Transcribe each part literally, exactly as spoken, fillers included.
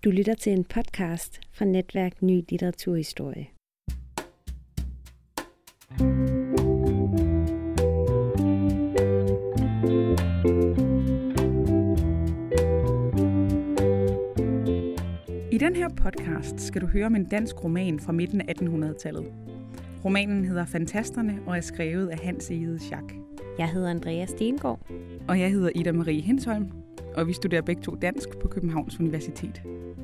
Du lytter til en podcast fra Netværk Ny Litteraturhistorie. I den her podcast skal du høre om en dansk roman fra midten af attenhundredetallet. Romanen hedder Fantasterne og er skrevet af Hans Egede Schack. Jeg hedder Andrea Stengård. Og jeg hedder Ida Marie Hensholm, og vi studerer begge to dansk på Københavns Universitet.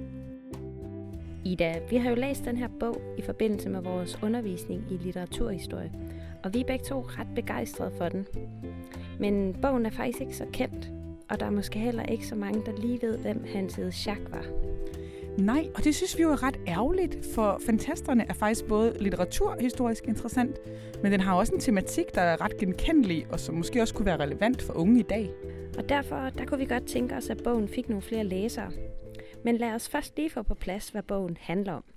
Ida, vi har jo læst den her bog i forbindelse med vores undervisning i litteraturhistorie, og vi er begge to ret begejstrede for den. Men bogen er faktisk ikke så kendt, og der er måske heller ikke så mange, der lige ved, hvem Hans Egede Schack var. Nej, og det synes vi jo er ret ærgerligt, for Fantasterne er faktisk både litteraturhistorisk interessant, men den har også en tematik, der er ret genkendelig, og som måske også kunne være relevant for unge i dag. Og derfor der kunne vi godt tænke os, at bogen fik nogle flere læsere. Men lad os først lige få på plads, hvad bogen handler om.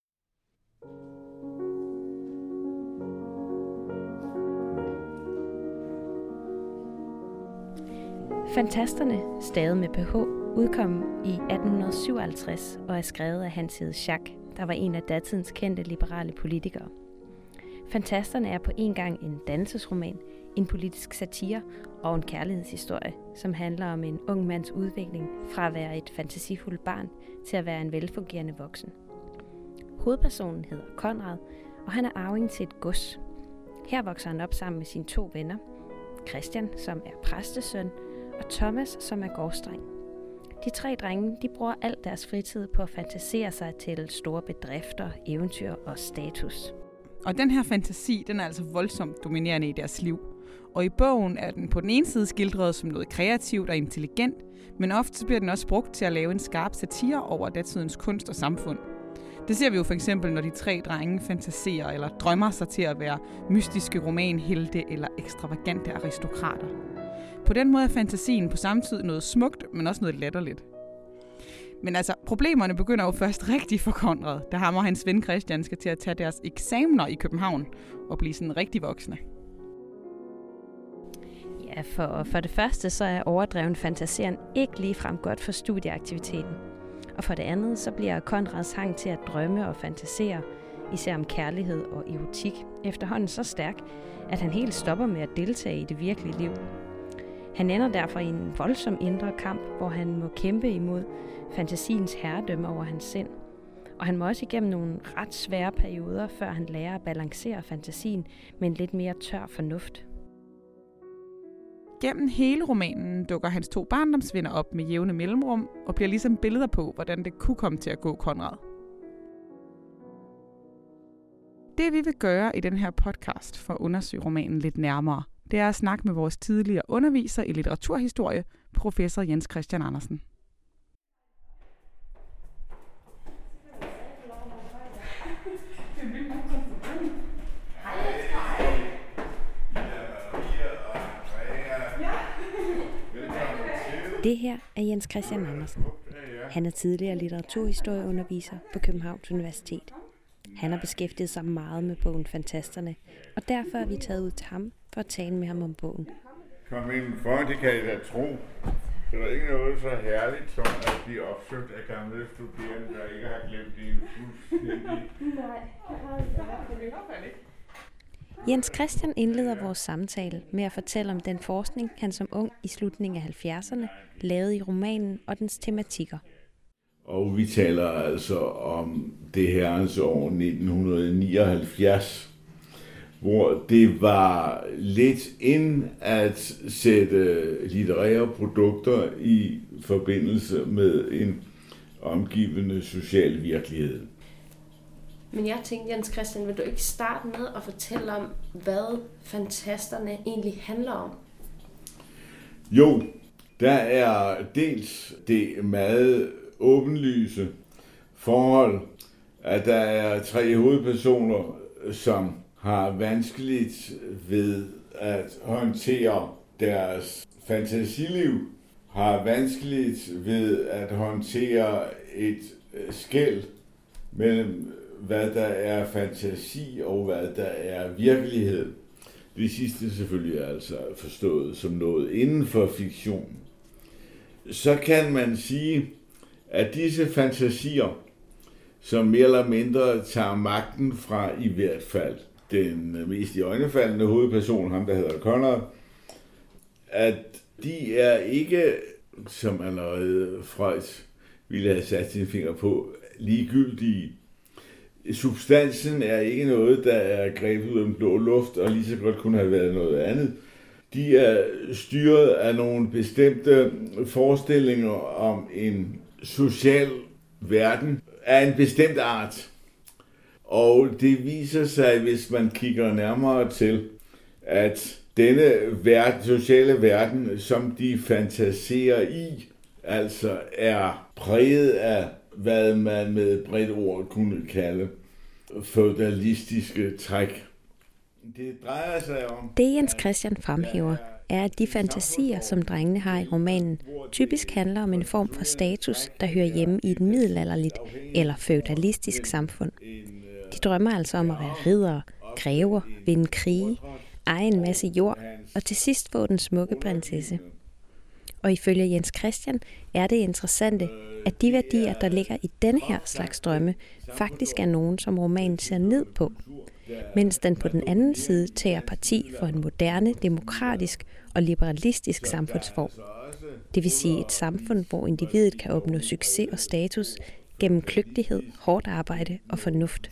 Fantasterne, stavet med ph, udkom i atten syvoghalvtreds og er skrevet af Hans Egede Schack, der var en af datidens kendte liberale politikere. Fantasterne er på en gang en dannelsesroman, en politisk satire og en kærlighedshistorie, som handler om en ung mands udvikling fra at være et fantasifuldt barn til at være en velfungerende voksen. Hovedpersonen hedder Konrad, og han er arving til et gods. Her vokser han op sammen med sine to venner, Christian, som er præstesøn, og Thomas, som er gårdsdreng. De tre drenge de bruger al deres fritid på at fantasere sig til store bedrifter, eventyr og status. Og den her fantasi, den er altså voldsomt dominerende i deres liv. Og i bogen er den på den ene side skildret som noget kreativt og intelligent, men ofte bliver den også brugt til at lave en skarp satire over datidens kunst og samfund. Det ser vi jo for eksempel, når de tre drenge fantaserer eller drømmer sig til at være mystiske romanhelte eller ekstravagante aristokrater. På den måde er fantasien på samme tid noget smukt, men også noget latterligt. Men altså, problemerne begynder jo først rigtig for Konrad, da ham og hans ven Christian skal til at tage deres eksamener i København og blive sådan rigtig voksne. Ja, for, for det første så er overdreven fantaseren ikke ligefrem godt for studieaktiviteten. Og for det andet så bliver Konrads hang til at drømme og fantasere, især om kærlighed og erotik, efterhånden så stærk, at han helt stopper med at deltage i det virkelige liv. Han ender derfor i en voldsom indre kamp, hvor han må kæmpe imod fantasiens herredømme over hans sind. Og han må også igennem nogle ret svære perioder, før han lærer at balancere fantasien med en lidt mere tør fornuft. Gennem hele romanen dukker hans to barndomsvenner op med jævne mellemrum og bliver ligesom billeder på, hvordan det kunne komme til at gå Konrad. Det vi vil gøre i den her podcast for at undersøge romanen lidt nærmere, det er at snakke med vores tidligere underviser i litteraturhistorie, professor Jens Christian Andersen. Det her er Jens Christian Andersen. Han er tidligere litteraturhistorieunderviser på Københavns Universitet. Han har beskæftiget sig meget med bogen Fantasterne, og derfor er vi taget ud til ham for at tale med ham om bogen. Kom indenfor, det kan I da tro. Det er ikke noget så herligt som at blive opsøgt af gamle studerende, der ikke har glemt det fuldstændig. Nej, det har jeg ikke. Jens Christian indleder vores samtale med at fortælle om den forskning, han som ung i slutningen af halvfjerdserne lavede i romanen og dens tematikker. Og vi taler altså om det herrens år nitten nioghalvfjerds, hvor det var lidt ind at sætte litterære produkter i forbindelse med en omgivende social virkelighed. Men jeg tænkte, Jens Christian, vil du ikke starte med at fortælle om, hvad Fantasterne egentlig handler om? Jo, der er dels det meget åbenlyse forhold, at der er tre hovedpersoner, som har vanskeligt ved at håndtere deres fantasiliv, har vanskeligt ved at håndtere et skel mellem hvad der er fantasi og hvad der er virkelighed. Det sidste selvfølgelig er altså forstået som noget inden for fiktion. Så kan man sige, at disse fantasier, som mere eller mindre tager magten fra i hvert fald den mest iøjnefaldende hovedperson, ham der hedder Conrad, at de er ikke, som allerede Freud ville have sat sin finger på, ligegyldige. Substansen er ikke noget, der er grebet ud af den blå luft, og lige så godt kunne have været noget andet. De er styret af nogle bestemte forestillinger om en social verden af en bestemt art. Og det viser sig, hvis man kigger nærmere til, at denne verden, sociale verden, som de fantaserer i, altså er præget af, hvad man med et bredt ord kunne kalde feudalistiske træk. Det drejer sig om... Det Jens Christian fremhæver, er, at de fantasier, som drengene har i romanen, typisk handler om en form for status, der hører hjemme i et middelalderligt eller feudalistisk samfund. De drømmer altså om at være riddere, grever, vinde krige, eje en masse jord og til sidst få den smukke prinsesse. Og ifølge Jens Christian er det interessante, at de værdier, der ligger i denne her slags drømme, faktisk er nogen, som romanen ser ned på, mens den på den anden side tager parti for en moderne, demokratisk og liberalistisk samfundsform. Det vil sige et samfund, hvor individet kan opnå succes og status gennem kløgtighed, hårdt arbejde og fornuft.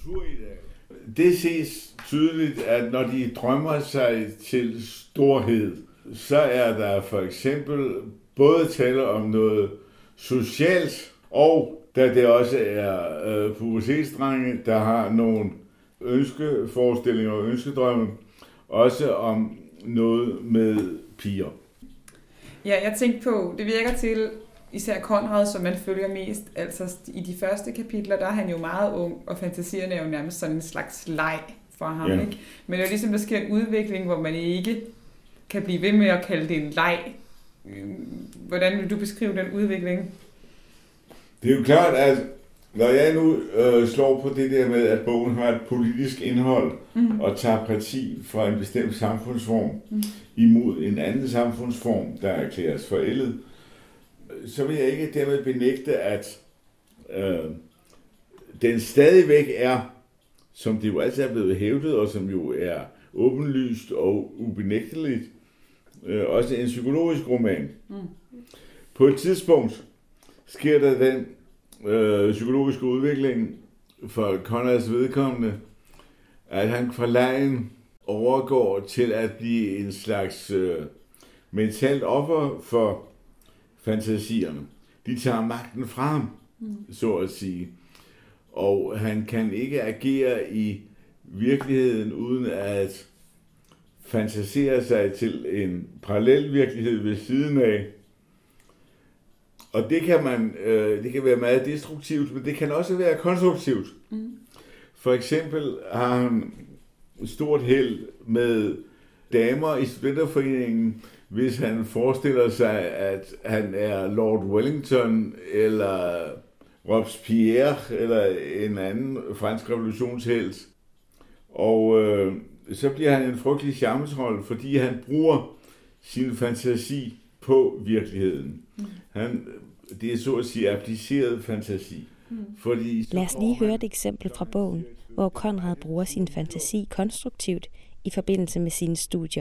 Det ses tydeligt, at når de drømmer sig til storhed, så er der for eksempel både tale om noget socialt, og da det også er øh, pubertetsdrenge, der har nogle ønskeforestillinger og ønskedrømme, også om noget med piger. Ja, jeg tænkte på, det virker til især Conrad, som man følger mest. Altså i de første kapitler, der er han jo meget ung, og fantasierne er jo nærmest sådan en slags leg for ham, ja. Ikke? Men det er jo ligesom, der sker en udvikling, hvor man ikke kan blive ved med at kalde det en leg. Hvordan vil du beskrive den udvikling? Det er jo klart, at når jeg nu øh, slår på det der med, at bogen har et politisk indhold, mm. og tager parti fra en bestemt samfundsform mm. imod en anden samfundsform, der erklæres forældet, så vil jeg ikke dermed benægte, at øh, den stadigvæk er, som det jo altid er blevet hævdet, og som jo er åbenlyst og ubenægteligt, øh, også en psykologisk roman. Mm. På et tidspunkt sker der den øh, psykologiske udvikling for Conrads vedkommende, at han fra legen overgår til at blive en slags øh, mentalt offer for fantasierne. De tager magten fra ham, mm. så at sige. Og han kan ikke agere i virkeligheden uden at fantasere sig til en parallel virkelighed ved siden af. Og det kan man, øh, det kan være meget destruktivt, men det kan også være konstruktivt. Mm. For eksempel har han stort held med damer i studenterforeningen, hvis han forestiller sig, at han er Lord Wellington, eller Robespierre, eller en anden fransk revolutionshelt. Og øh, så bliver han en frygtelig charmetrol, fordi han bruger sin fantasi på virkeligheden. Mm. Han, det er så at sige appliceret fantasi. Mm. Fordi, Lad os lige høre et eksempel fra bogen, hvor Conrad bruger sin fantasi konstruktivt i forbindelse med sine studier.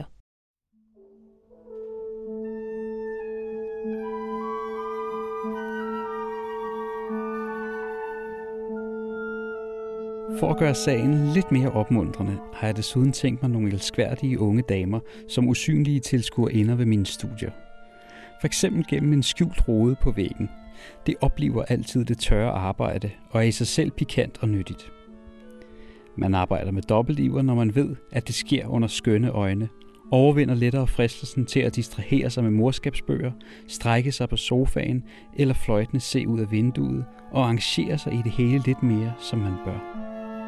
For at gøre sagen lidt mere opmuntrende, har jeg desuden tænkt mig nogle elskværdige unge damer, som usynlige tilskuerinder ved mine studier. For eksempel gennem en skjult rode på væggen. Det oplever altid det tørre arbejde, og er i sig selv pikant og nyttigt. Man arbejder med dobbeltiver, når man ved, at det sker under skønne øjne, overvinder lettere fristelsen til at distrahere sig med morskabsbøger, strække sig på sofaen eller fløjtende se ud af vinduet og arrangere sig i det hele lidt mere, som man bør.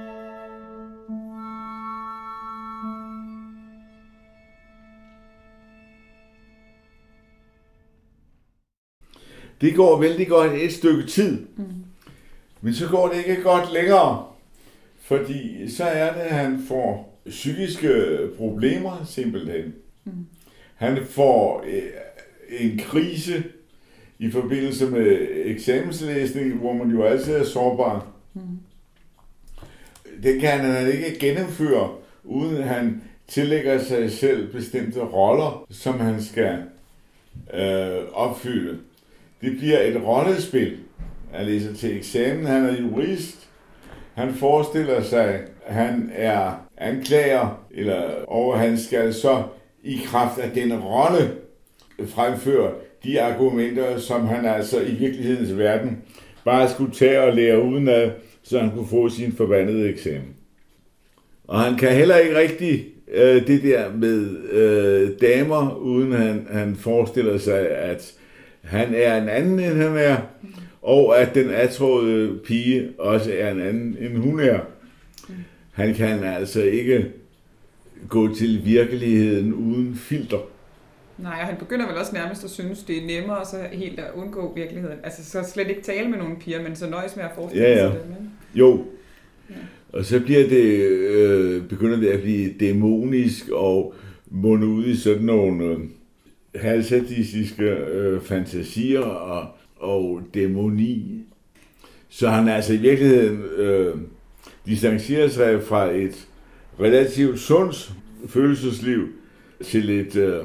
Det går vældig godt et stykke tid, mm. men så går det ikke godt længere, fordi så er det, at han får psykiske problemer simpelthen. Mm. Han får øh, en krise i forbindelse med eksamenslæsning, hvor man jo altid er sårbar. Mm. Det kan han ikke gennemføre, uden at han tillægger sig selv bestemte roller, som han skal øh, opfylde. Det bliver et rollespil. Han læser til eksamen, han er jurist. Han forestiller sig, at han er anklager, eller, og han skal så i kraft af den rolle fremføre de argumenter, som han altså i virkelighedens verden bare skulle tage og lære udenad, så han kunne få sin forbandede eksamen. Og han kan heller ikke rigtig øh, det der med øh, damer, uden han, han forestiller sig, at han er en anden, end han er, og at den atrådede pige også er en anden, end hun er. Han kan altså ikke gå til virkeligheden uden filter. Nej, og han begynder vel også nærmest at synes, det er nemmere så helt at undgå virkeligheden. Altså så slet ikke tale med nogle piger, men så nøjes med at forestille ja, ja. sig det. Men... Jo. Ja. Og så bliver det, øh, begynder det at blive dæmonisk og munde ud i sådan nogle øh, halvsadistiske øh, fantasier og, og dæmoni. Så han altså i virkeligheden øh, distancerer sig fra et relativt sundt følelsesliv til et øh,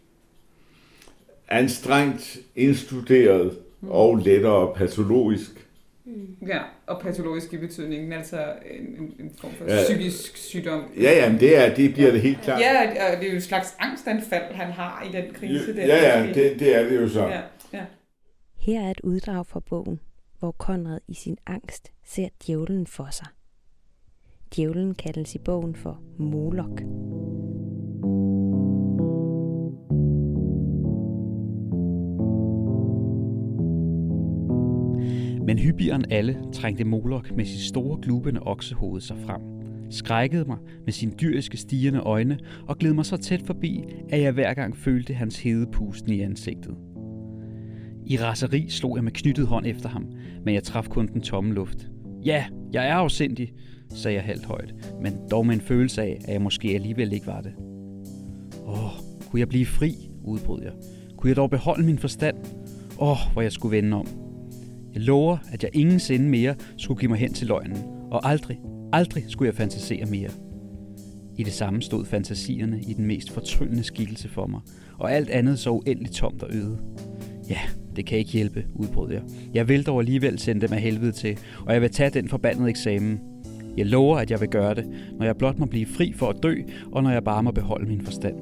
anstrengt, indstuderet mm. og lettere patologisk. Mm. Ja, og patologisk i betydningen, altså en, en form for ja. psykisk sygdom. Ja, ja, det, er, det bliver det helt klart. Ja, og det er jo en slags angstanfald, han har i den krise. Ja, der, ja, det, det er det jo så. Ja, ja. Her er et uddrag fra bogen, hvor Konrad i sin angst ser djævlen for sig. Djævlen kaldes i bogen for Molok. Men hyppigere end alle trængte Molok med sit store glubende oksehoved sig frem, skrækkede mig med sine dyriske stirrende øjne og gled mig så tæt forbi, at jeg hver gang følte hans hedepusten i ansigtet. I raseri slog jeg med knyttet hånd efter ham, men jeg traf kun den tomme luft. Ja, jeg er afsindig, sagde jeg halvt højt, men dog med en følelse af, at jeg måske alligevel ikke var det. Åh, kunne jeg blive fri, udbrød jeg. Kunne jeg dog beholde min forstand? Åh, hvor jeg skulle vende om. Jeg lover, at jeg ingensinde mere skulle give mig hen til løgnen, og aldrig, aldrig skulle jeg fantasere mere. I det samme stod fantasierne i den mest fortryllende skikkelse for mig, og alt andet så uendeligt tomt og øde. Ja, det kan ikke hjælpe, udbrød jeg. Jeg vil dog alligevel sende dem af helvede til, og jeg vil tage den forbandede eksamen. Jeg lover, at jeg vil gøre det, når jeg blot må blive fri for at dø, og når jeg bare må beholde min forstand.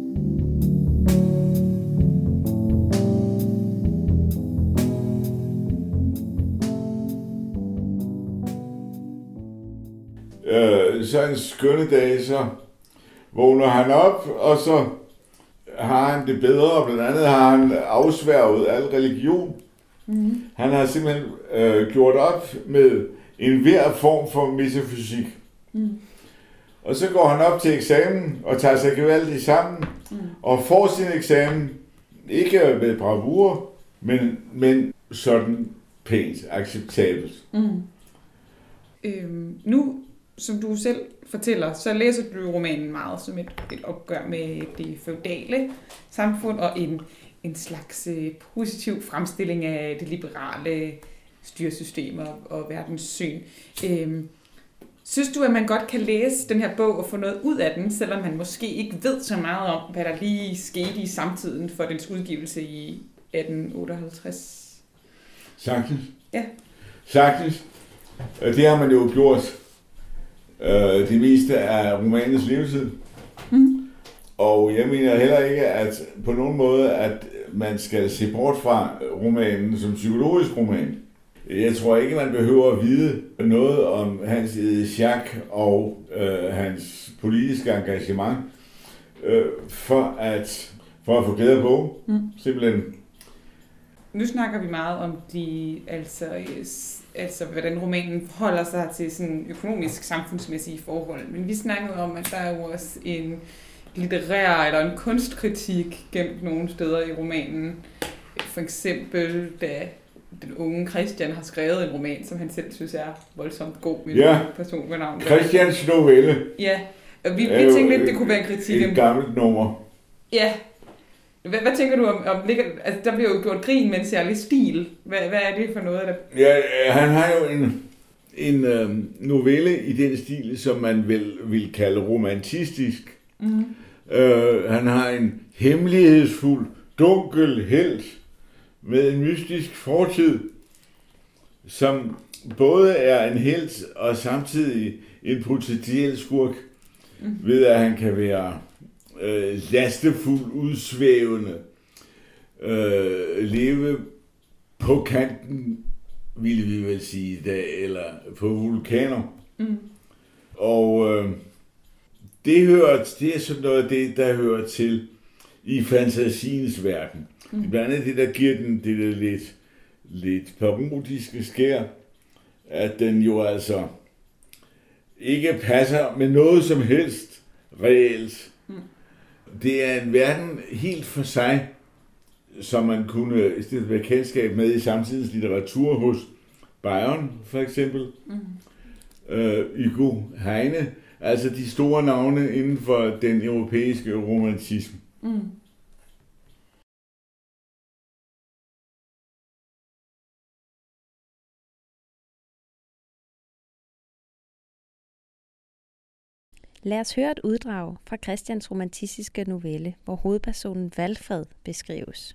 Øh, så en skønne dag, så vågner han op, og så har han det bedre. Blandt andet har han afsværget al religion. Mm. Han har simpelthen øh, gjort op med enhver form for metafysik. Mm. Og så går han op til eksamen og tager sig gevaldigt sammen mm. og får sin eksamen, ikke med bravur, men, men sådan pænt, acceptabelt. Mm. Øhm, nu, som du selv fortæller, så læser du romanen meget som et, et opgør med det feudale samfund og en, en slags øh, positiv fremstilling af det liberale styresystem og, og verdenssyn. Øhm, synes du, at man godt kan læse den her bog og få noget ud af den, selvom man måske ikke ved så meget om, hvad der lige skete i samtiden for dens udgivelse i atten otteoghalvtreds? Sagtens. Ja. Sagtens. Det har man jo gjort øh, det meste af romanens levetid. Mm. Og jeg mener heller ikke, at på nogen måde, at man skal se bort fra romanen som psykologisk roman. Jeg tror ikke, man behøver at vide noget om Hans Egede Schack og øh, hans politiske engagement øh, for, at, for at få glæde af bogen. Mm. Simpelthen. Nu snakker vi meget om de, altså, altså hvordan romanen forholder sig til sådan økonomisk samfundsmæssige forhold, men vi snakkede om, at der er jo også en litterær eller en kunstkritik gemt nogle steder i romanen. For eksempel, da den unge Christian har skrevet en roman, som han selv synes er voldsomt god med ja. en person med navn. Christians novelle. Ja, og vi, vi tænkte lidt, det kunne være en kritik. Et gammelt nummer. Ja, Hvad, hvad tænker du om, om altså, der bliver jo gjort grin med en særlig stil. Hvad, hvad er det for noget? Der... Ja, han har jo en, en øh, novelle i den stil, som man vil, vil kalde romantistisk. Mm. Øh, han har en hemmelighedsfuld, dunkel helt med en mystisk fortid, som både er en helt og samtidig en potentiel skurk, mm. ved at han kan være øh, lastefuld, udsvævende, øh, leve på kanten, ville vi vel sige, da, eller på vulkaner. Mm. Og øh, det, hører, det er sådan noget af det, der hører til i fantasiens verden. Mm. Blandt andet det, der giver den det der lidt, lidt parodiske skær, at den jo altså ikke passer med noget som helst reelt. Mm. Det er en verden helt for sig, som man kunne i stedet være kendskab med i samtidens litteratur hos Byron, for eksempel. Mm. Uh, Hugo, Heine, altså de store navne inden for den europæiske romantisme. Mm. Lad os høre et uddrag fra Christians romantistiske novelle, hvor hovedpersonen Valfred beskrives.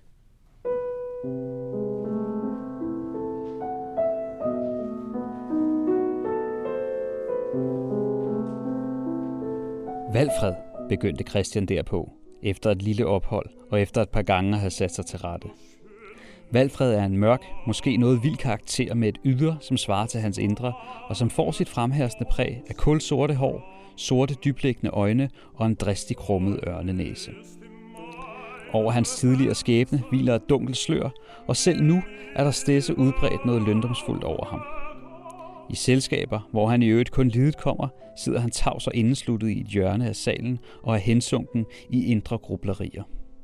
Valfred, begyndte Christian derpå, efter et lille ophold og efter et par gange at have sat sig til rette. Valfred er en mørk, måske noget vild karakter med et ydre, som svarer til hans indre, og som får sit fremherskende præg af kulsorte hår, sorte dybtliggende øjne og en dristig krummet ørnenæse. Over hans tidligere skæbne hviler et dunkelt slør, og selv nu er der stedse udbredt noget løndomsfuldt over ham. I selskaber, hvor han i øvrigt kun lidet kommer, sidder han tavs og indesluttet i et hjørne af salen og er hensunken i indre grublerier.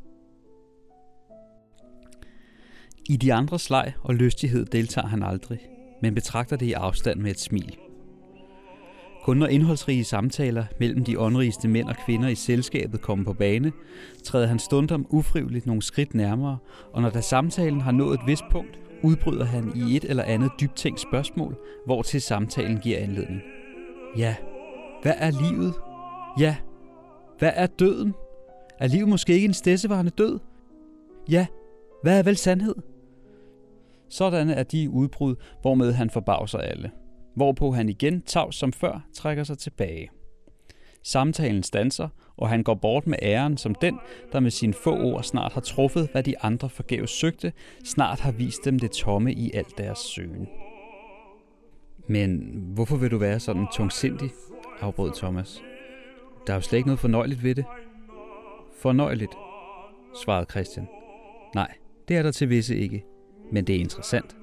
I de andres leg og lystighed deltager han aldrig, men betragter det i afstand med et smil. Kun når indholdsrige samtaler mellem de åndrigeste mænd og kvinder i selskabet kommer på bane, træder han stundom ufrivilligt nogle skridt nærmere, og når da samtalen har nået et vist punkt, udbryder han i et eller andet dybt tænkt spørgsmål, hvortil samtalen giver anledning. Ja, hvad er livet? Ja, hvad er døden? Er livet måske ikke en stedsevarende død? Ja, hvad er vel sandhed? Sådanne er de udbrud, hvormed han forbavser alle. Hvorpå han igen, tavs som før, trækker sig tilbage. Samtalen standser, og han går bort med æren som den, der med sine få ord snart har truffet, hvad de andre forgæves søgte, snart har vist dem det tomme i alt deres søgen. Men hvorfor vil du være sådan tungsindig, afbrød Thomas. Der er jo slet ikke noget fornøjeligt ved det. Fornøjeligt, svarede Christian. Nej, det er der til visse ikke, men det er interessant.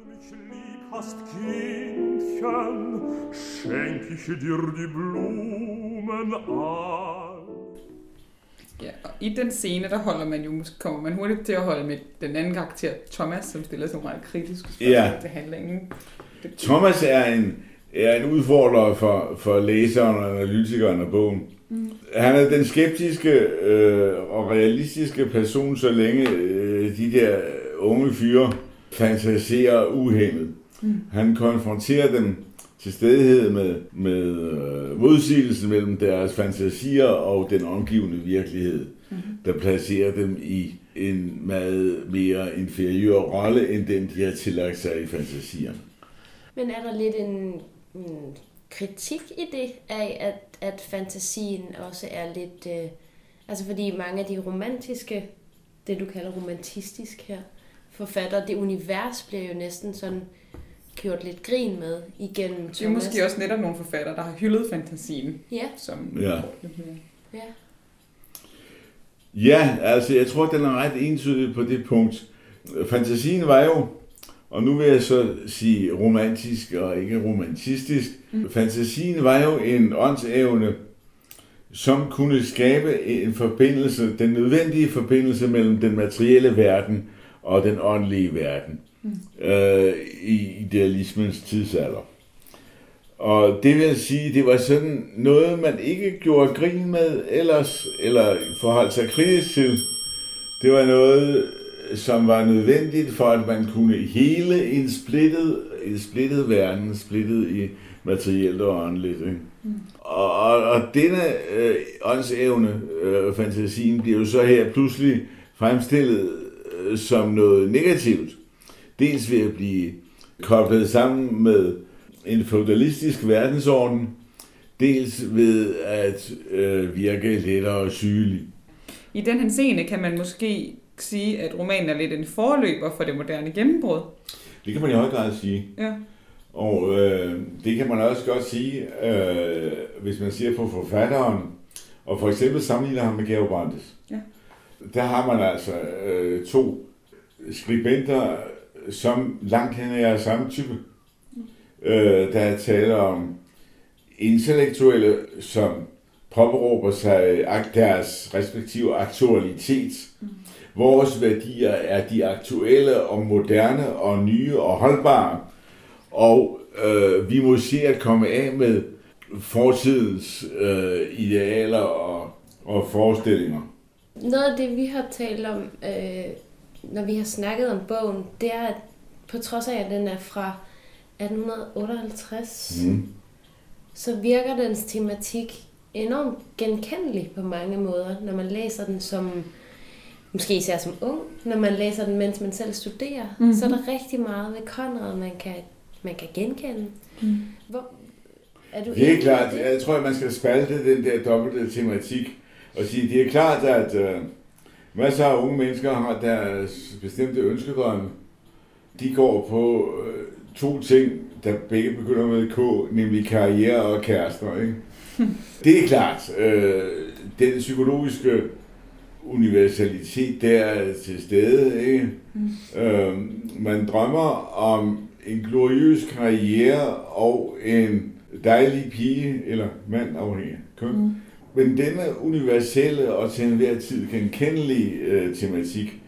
Schenk ich dir die Blumen an. Ja, og i den scene, der holder man jo, kommer man hurtigt til at holde med den anden karakter, Thomas, som stiller sig meget kritisk ja. til handlingen. Det... Thomas er en, er en udfordrer for, for læseren og analytikeren af bogen. Mm. Han er den skeptiske øh, og realistiske person, så længe øh, de der unge fyre fantaserer uhæmmet. Mm. Han konfronterer dem til stedighed med, med øh, modsigelsen mellem deres fantasier og den omgivende virkelighed, mm-hmm. der placerer dem i en meget mere inferiør rolle, end den de har tillagt sig i fantasierne. Men er der lidt en, en kritik i det af, at, at fantasien også er lidt... Øh, altså fordi mange af de romantiske, det du kalder romantistisk her, forfatter, det univers bliver jo næsten sådan... gjort lidt grin med igennem Thomas. Det er måske også netop nogle forfattere, der har hyldet fantasien. Ja. Som ja. Ja. Ja, altså jeg tror, den er ret entydig på det punkt. Fantasien var jo, og nu vil jeg så sige romantisk og ikke romantistisk, mm. fantasien var jo en åndsevne, som kunne skabe en forbindelse, den nødvendige forbindelse mellem den materielle verden og den åndelige verden. Mm. Øh, i idealismens tidsalder. Og det vil sige, det var sådan noget, man ikke gjorde grin med ellers, eller forholdt sig kritisk til, Det var noget, som var nødvendigt for, at man kunne hele en splittet, en splittet verden, splittet i materielt og åndeligt. Ikke? Mm. Og, og, og denne øh, åndsevne, øh, fantasien, bliver jo så her pludselig fremstillet øh, som noget negativt. Dels ved at blive koblet sammen med en feudalistisk verdensorden, dels ved at øh, virke lettere sygelig. I den henseende kan man måske sige, at romanen er lidt en forløber for det moderne gennembrud. Det kan man i høj grad sige. Ja. Og øh, det kan man også godt sige, øh, hvis man ser på forfatteren, og for eksempel sammenligner ham med Georg Brandes. Ja. Der har man altså øh, to skribenter, som langt hen er samme type. Øh, der taler om intellektuelle, som påberåber sig deres respektive aktualitet. Mm. Vores værdier er de aktuelle og moderne og nye og holdbare. Og øh, vi må se at komme af med fortidens øh, idealer og, og forestillinger. Noget af det, vi har talt om, øh, når vi har snakket om bogen, det er, at på trods af, at den er fra atten otteoghalvtreds, mm. så virker dens tematik enormt genkendelig på mange måder, når man læser den som, måske især som ung, når man læser den, mens man selv studerer, mm-hmm. så er der rigtig meget ved Conrad, man kan, man kan genkende. Mm. Hvor, er du det er klart, det? Jeg tror, at man skal spalte den der dobbelte tematik, og sige, det er klart, at øh, masser af unge mennesker har deres bestemte ønskedrømme. De går på øh, to ting, der begge begynder med K, nemlig karriere og kærester, ikke? Det er klart, øh, den psykologiske universalitet der er til stede, ikke? Mm. Øh, man drømmer om en gloriøs karriere og en dejlig pige, eller mand afhængig af køn. Mm. Men denne universelle og til enhver tid genkendelige øh, tematik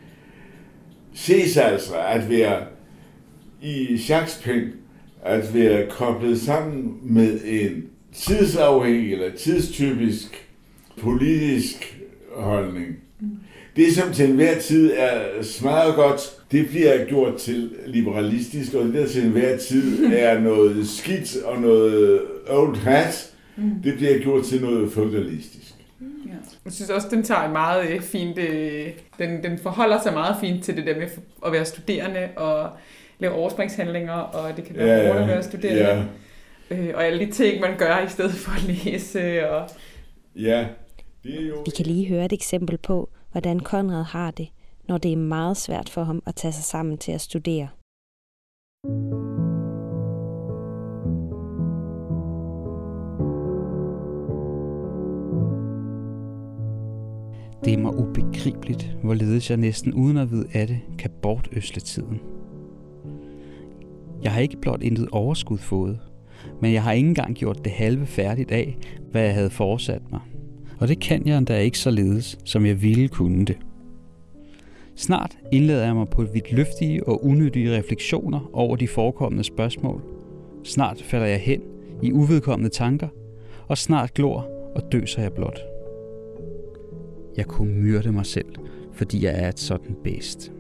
ses altså at være i Jacques' pen, at være koblet sammen med en tidsafhængig eller tidstypisk politisk holdning. Mm. Det, som til enhver tid er smadret godt, det bliver gjort til liberalistisk, og det der til enhver tid er noget skidt og noget old hat, mm. det bliver gjort til noget feudalistisk. Ja. Jeg synes også, den tager meget fint, den, den forholder sig meget fint til det der med at være studerende og lave overspringshandlinger, og det kan være ja, hårdt at være studerende. Ja. Og alle de ting, man gør i stedet for at læse. Og... Ja, det er jo... Vi kan lige høre et eksempel på, hvordan Conrad har det, når det er meget svært for ham at tage sig sammen til at studere. Det er mig ubegribeligt, hvorledes jeg næsten uden at vide af det, kan bortøsle tiden. Jeg har ikke blot intet overskud fået, men jeg har ikke engang gjort det halve færdigt af, hvad jeg havde foresat mig. Og det kan jeg endda ikke således, som jeg ville kunne det. Snart indlader jeg mig på vidtløftige og unødige refleksioner over de forekommende spørgsmål. Snart falder jeg hen i uvedkommende tanker, og snart glor og døser jeg blot. Jeg kunne myrde mig selv, fordi jeg er et sådan bæst.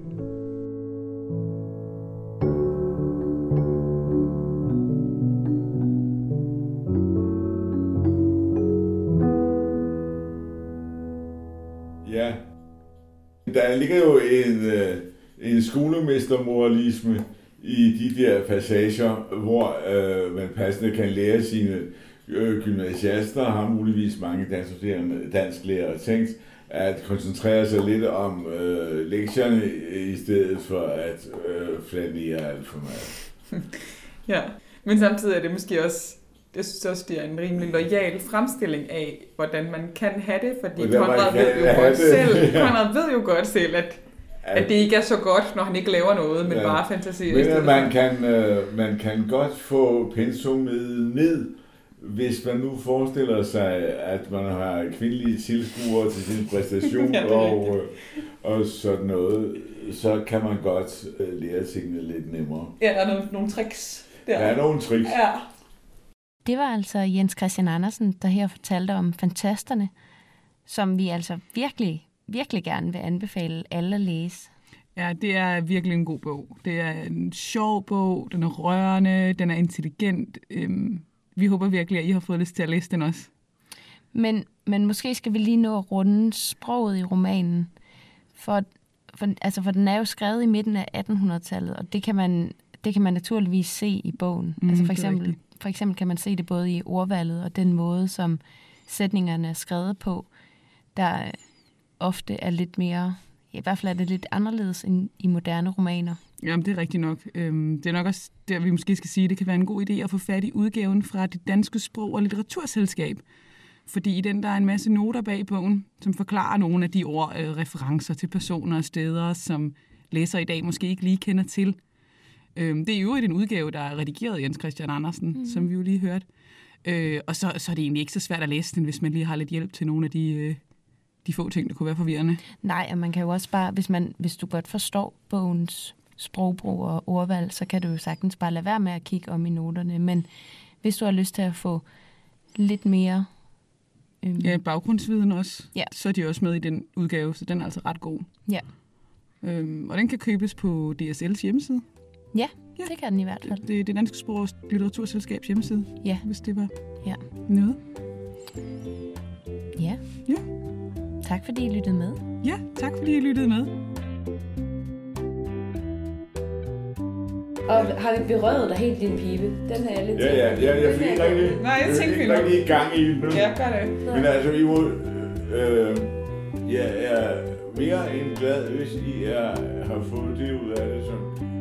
Ja, der ligger jo en, en skolemestermoralisme i de der passager, hvor øh, man passende kan lære sine øh, gymnasiaster, har muligvis mange danskstuderende dansklærer tænkt, at koncentrere sig lidt om øh, lektierne, i stedet for at øh, flanere alt for meget. Ja, men samtidig er det måske også, jeg synes også, det er en rimelig loyal fremstilling af, hvordan man kan have det, fordi Conrad ved jo godt selv, ja. Conrad ved jo godt selv, at, at det ikke er så godt, når han ikke laver noget, men ja. bare fantaserer. Men at man kan, øh, man kan godt få pensummet ned, hvis man nu forestiller sig, at man har kvindelige tilskuere til sin præstation ja, og, og sådan noget, så kan man godt lære tingene lidt nemmere. Ja, der er nogle, nogle tricks. Der. der er nogle tricks. Ja. Det var altså Jens Christian Andersen, der her fortalte om Fantasterne, som vi altså virkelig virkelig gerne vil anbefale alle at læse. Ja, det er virkelig en god bog. Det er en sjov bog, den er rørende, den er intelligent. Øhm, vi håber virkelig, at I har fået lyst til at læse den også. Men, men måske skal vi lige nå at runde sproget i romanen. For, for, altså, for den er jo skrevet i midten af attenhundredetallet, og det kan man, det kan man naturligvis se i bogen. Mm, altså for eksempel, for eksempel kan man se det både i ordvalget og den måde, som sætningerne er skrevet på, der ofte er lidt mere, i hvert fald er det lidt anderledes end i moderne romaner. Jamen, det er rigtigt nok. Øhm, det er nok også der, vi måske skal sige, at det kan være en god idé at få fat i udgaven fra Det Danske Sprog- og Litteraturselskab. Fordi i den der er en masse noter bag bogen, som forklarer nogle af de ord, øh, referencer til personer og steder, som læser i dag måske ikke lige kender til. Øhm, det er jo en udgave, der er redigeret af Jens Christian Andersen, mm. som vi jo lige hørte. Øh, og så, så er det egentlig ikke så svært at læse den, hvis man lige har lidt hjælp til nogle af de, øh, de få ting, der kunne være forvirrende. Nej, og man kan jo også bare, hvis, man, hvis du godt forstår bogens sprogbrug og ordvalg, så kan du jo sagtens bare lade være med at kigge om i noterne. Men hvis du har lyst til at få lidt mere... Øhm, ja, baggrundsviden også. Ja. Så er de også med i den udgave, så den er altså ret god. Ja. Øhm, og den kan købes på D S L's hjemmeside. Ja, ja, det kan den i hvert fald. Det, det er Det Danske Sprog- og Litteraturselskabs hjemmeside, ja. Hvis det var ja. noget. Ja. Ja. Tak fordi I lyttede med. Ja, tak fordi I lyttede med. Og har vi berøvet dig helt, din pibe? Den har jeg lidt Ja, ja, ja, jeg fik ikke rigtig, Nej, jeg tænkte, vi ikke rigtig i gang i den nu. Ja, gør det. Men altså, I må, øh, jeg er mere end glad, hvis I er, har fået det ud af det, som